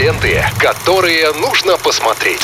ленты, которые нужно посмотреть.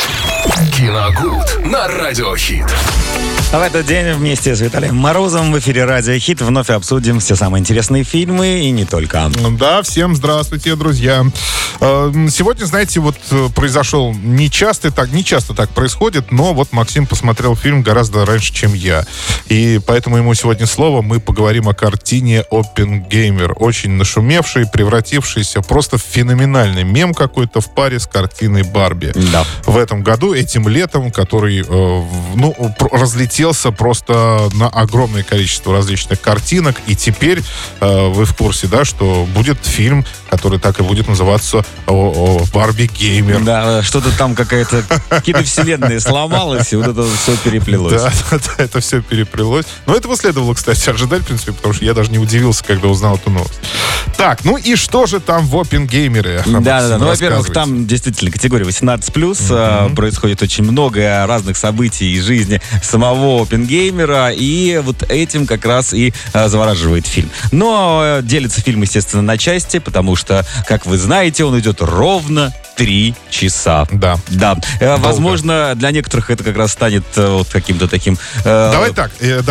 Киногуд на Радиохит. А в этот день вместе с Виталием Морозовым в эфире «Радио Хит» вновь обсудим все самые интересные фильмы и не только. Да, всем здравствуйте, друзья. Сегодня, знаете, вот произошел не часто так происходит, но вот Максим посмотрел фильм гораздо раньше, чем я. И поэтому ему сегодня слово. Мы поговорим о картине «Оппенгеймер». Очень нашумевший, превратившийся просто в феноменальный мем какой-то в паре с картиной «Барби». Да. В этом году, этим летом, который разлетелся просто на огромное количество различных картинок. И теперь вы в курсе, да, что будет фильм, который так и будет называться «Барби Геймер». Да, что-то там какие-то вселенные сломалось, и вот это все переплелось. Да, это все переплелось. Но этого следовало, кстати, ожидать, в принципе, потому что я даже не удивился, когда узнал эту новость. Так, ну и что же там в «Оппенгеймере»? Да. Ну, во-первых, там действительно категория 18+, происходит очень много разных событий из жизни самого Оппенгеймера, и вот этим как раз и завораживает фильм. Но делится фильм, естественно, на части, потому что, как вы знаете, он идет ровно 3 часа. Да. Возможно, для некоторых это как раз станет вот каким-то таким... Давай так.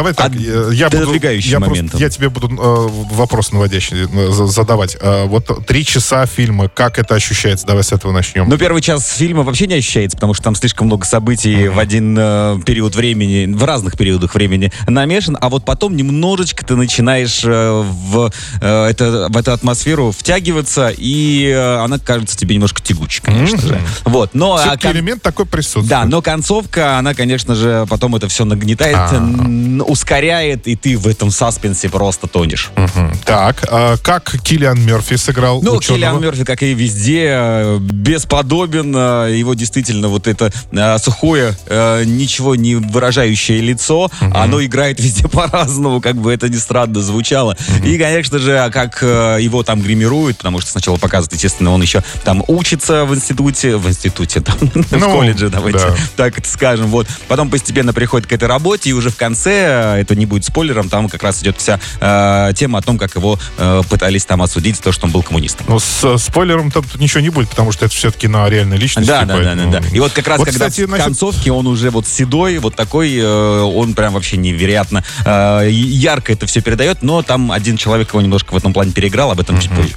Отодвигающим моментом. Я тебе буду вопрос наводящий задавать. Вот 3 часа фильма, как это ощущается? Давай с этого начнем. Ну, первый час фильма вообще не ощущается, потому что там слишком много событий в один период времени, в разных периодах времени намешан, а вот потом немножечко ты начинаешь в эту атмосферу втягиваться, и она кажется тебе немножко тягучей, конечно же. Вот. Но все-таки элемент такой присутствует. Да, но концовка, она, конечно же, потом это все нагнетает, ускоряет, и ты в этом саспенсе просто тонешь. Так, как Киллиан Мерфи сыграл ученого? Киллиан Мерфи, как и везде, бесподобен. Его действительно вот это сухое, ничего не выражающее лицо, оно играет везде по-разному, как бы это ни странно звучало. И, конечно же, как его там гримируют, потому что сначала показывают, естественно, он еще там учится в институте, там, в колледже, давайте так это скажем. Вот. Потом постепенно приходит к этой работе, и уже в конце, это не будет спойлером, там как раз идет вся тема о том, как его пытались там осудить за то, что он был коммунистом. Ну, с спойлером тут ничего не будет, потому что это все-таки на реальной личности. Да. И вот как раз, вот, когда кстати, в концовке он уже вот седой, вот такой, он прям вообще невероятно ярко это все передает, но там один человек его немножко в этом плане переиграл, об этом чуть позже.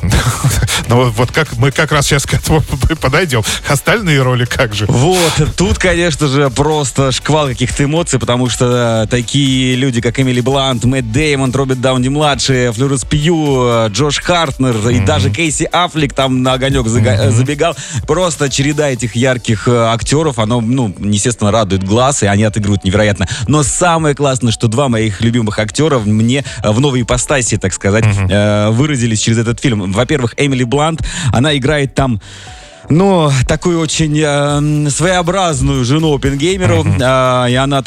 Ну вот как мы как раз сейчас к этому подойдем. Остальные роли как же? Вот, тут, конечно же, просто шквал каких-то эмоций, потому что такие люди, как Эмили Блант, Мэтт Дэймон, Роберт Дауни-младший, Флоренс Пью, Джош Хартнер и даже Кейси Аффлек там на огонек забегал. Просто череда этих ярких актеров, оно, естественно, радует глаз, и они отыгрывают невероятно. Но самое классное, что 2 моих любимых актера мне в новой ипостаси, так сказать, выразились через этот фильм. Во-первых, Эмили Блант, она играет там такую очень своеобразную жену Оппенгеймеру, и она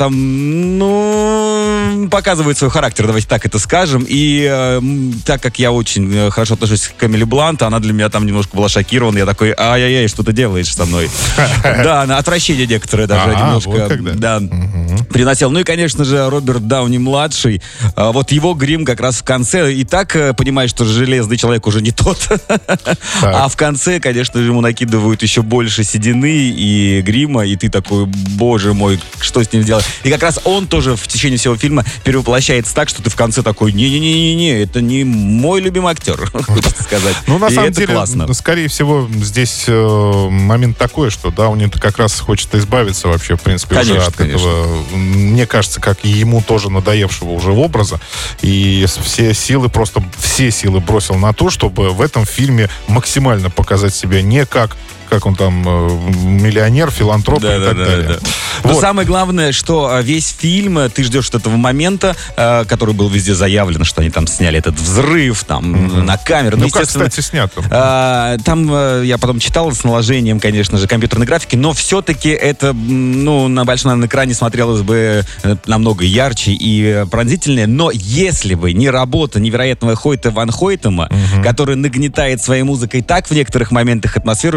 там, показывает свой характер, давайте так это скажем, и так как я очень хорошо отношусь к Эмили Блант, она для меня там немножко была шокирована, я такой, ай-яй-яй, что ты делаешь со мной? Да, отвращение некоторое даже немножко приносил. Ну и, конечно же, Роберт Дауни-младший, вот его грим как раз в конце, и так понимаешь, что железный человек уже не тот, а в конце, конечно же, ему накидывают еще больше седины и грима, и ты такой, боже мой, что с ним делать? И как раз он тоже в течение всего фильма перевоплощается так, что ты в конце такой, не-не-не-не, это не мой любимый актер, хочется сказать. Ну, на самом деле, скорее всего, здесь момент такой, что Дауни-то как раз хочет избавиться вообще, в принципе, уже от этого, мне кажется, как и ему тоже надоевшего уже образа, и все силы бросил на то, чтобы в этом фильме максимально показать себя не как он там миллионер, филантроп и так далее. Да. Но самое главное, что весь фильм ты ждешь этого момента, который был везде заявлен, что они там сняли этот взрыв там на камеру. Ну, как, кстати, снято? Там я потом читал с наложением, конечно же, компьютерной графики, но все-таки это, на большом экране смотрелось бы намного ярче и пронзительнее. Но если бы не работа невероятного Хойта ван Хойтема, который нагнетает своей музыкой так в некоторых моментах атмосферу, что действительно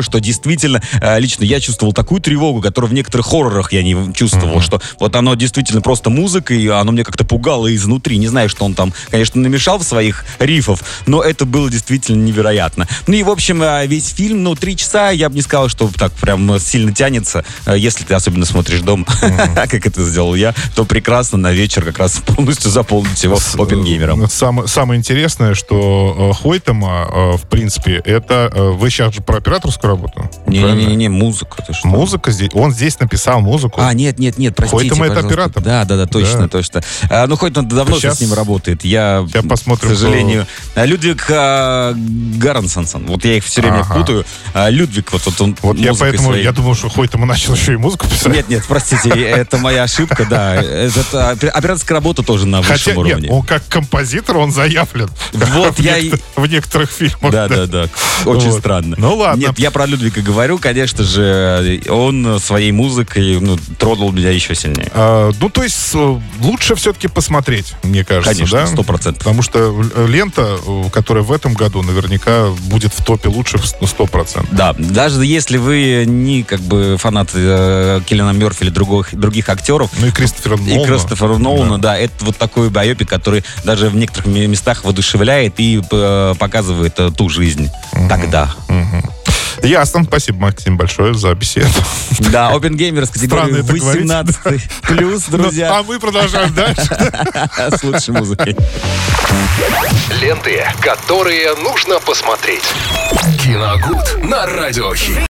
действительно, лично я чувствовал такую тревогу, которую в некоторых хоррорах я не чувствовал, что вот оно действительно просто музыка, и оно меня как-то пугало изнутри. Не знаю, что он там, конечно, намешал в своих рифов, но это было действительно невероятно. Ну и, в общем, весь фильм, 3 часа, я бы не сказал, что так прям сильно тянется. Если ты особенно смотришь дома, как это сделал я, то прекрасно на вечер как раз полностью заполнить его опенгеймером. Самое интересное, что Хойтема, в принципе, это... Вы сейчас же про операторскую работу? Не, музыка. Музыка здесь? Он здесь написал музыку? Нет, простите, Хойтема это оператор? Да, точно. Ну, Хойтем давно с ним работает. Я, посмотрим, к сожалению... Людвиг Гарансонсон. Вот я их все время путаю. Людвиг, вот он... Вот я поэтому, я думал, что Хойтема начал еще и музыку писать. Нет, простите, это моя ошибка, да. Операторская работа тоже на высшем уровне. Нет, он как композитор, он заявлен. Вот в некоторых фильмах. Да. Очень странно. Ну ладно. Нет, я про Людвига говорю, конечно же, он своей музыкой тронул меня еще сильнее. То есть лучше все-таки посмотреть, мне кажется, конечно, да? 100%. Потому что лента, которая в этом году наверняка будет в топе лучших 100%. Да, даже если вы не фанат Киллиана Мёрфи или других актеров. Ну и Кристофера Нолана, да, это вот такой байопик, который даже в некоторых местах воодушевляет и показывает ту жизнь тогда. Ясно. Спасибо, Максим, большое за беседу. Да, OpenGamer с категорией 18+, друзья. А мы продолжаем дальше. С лучшей музыкой. Ленты, которые нужно посмотреть. Киногуд на Радио Хит.